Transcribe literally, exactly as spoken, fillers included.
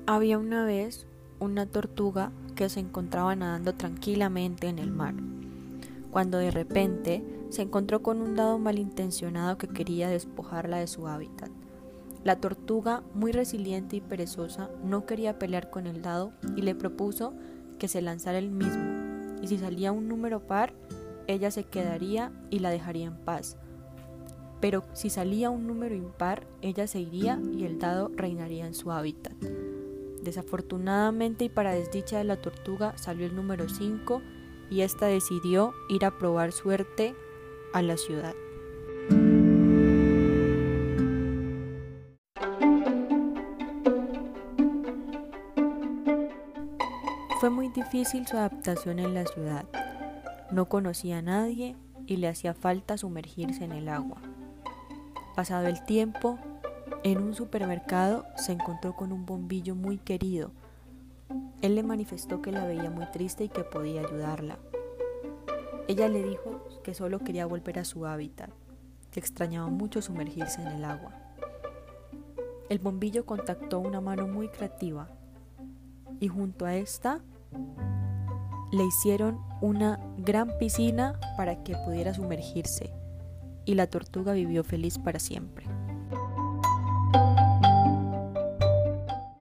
Había una vez una tortuga que se encontraba nadando tranquilamente en el mar, cuando de repente se encontró con un dado malintencionado que quería despojarla de su hábitat. La tortuga, muy resiliente y perezosa, no quería pelear con el dado y le propuso que se lanzara él mismo, y si salía un número par, ella se quedaría y la dejaría en paz. Pero si salía un número impar, ella se iría y el dado reinaría en su hábitat. Desafortunadamente y para desdicha de la tortuga salió el número cinco y ésta decidió ir a probar suerte a la ciudad. Fue muy difícil su adaptación en la ciudad. No conocía a nadie y le hacía falta sumergirse en el agua. Pasado el tiempo, en un supermercado se encontró con un bombillo muy querido. Él le manifestó que la veía muy triste y que podía ayudarla. Ella le dijo que solo quería volver a su hábitat, que extrañaba mucho sumergirse en el agua. El bombillo contactó una mano muy creativa y junto a esta le hicieron una gran piscina para que pudiera sumergirse y la tortuga vivió feliz para siempre.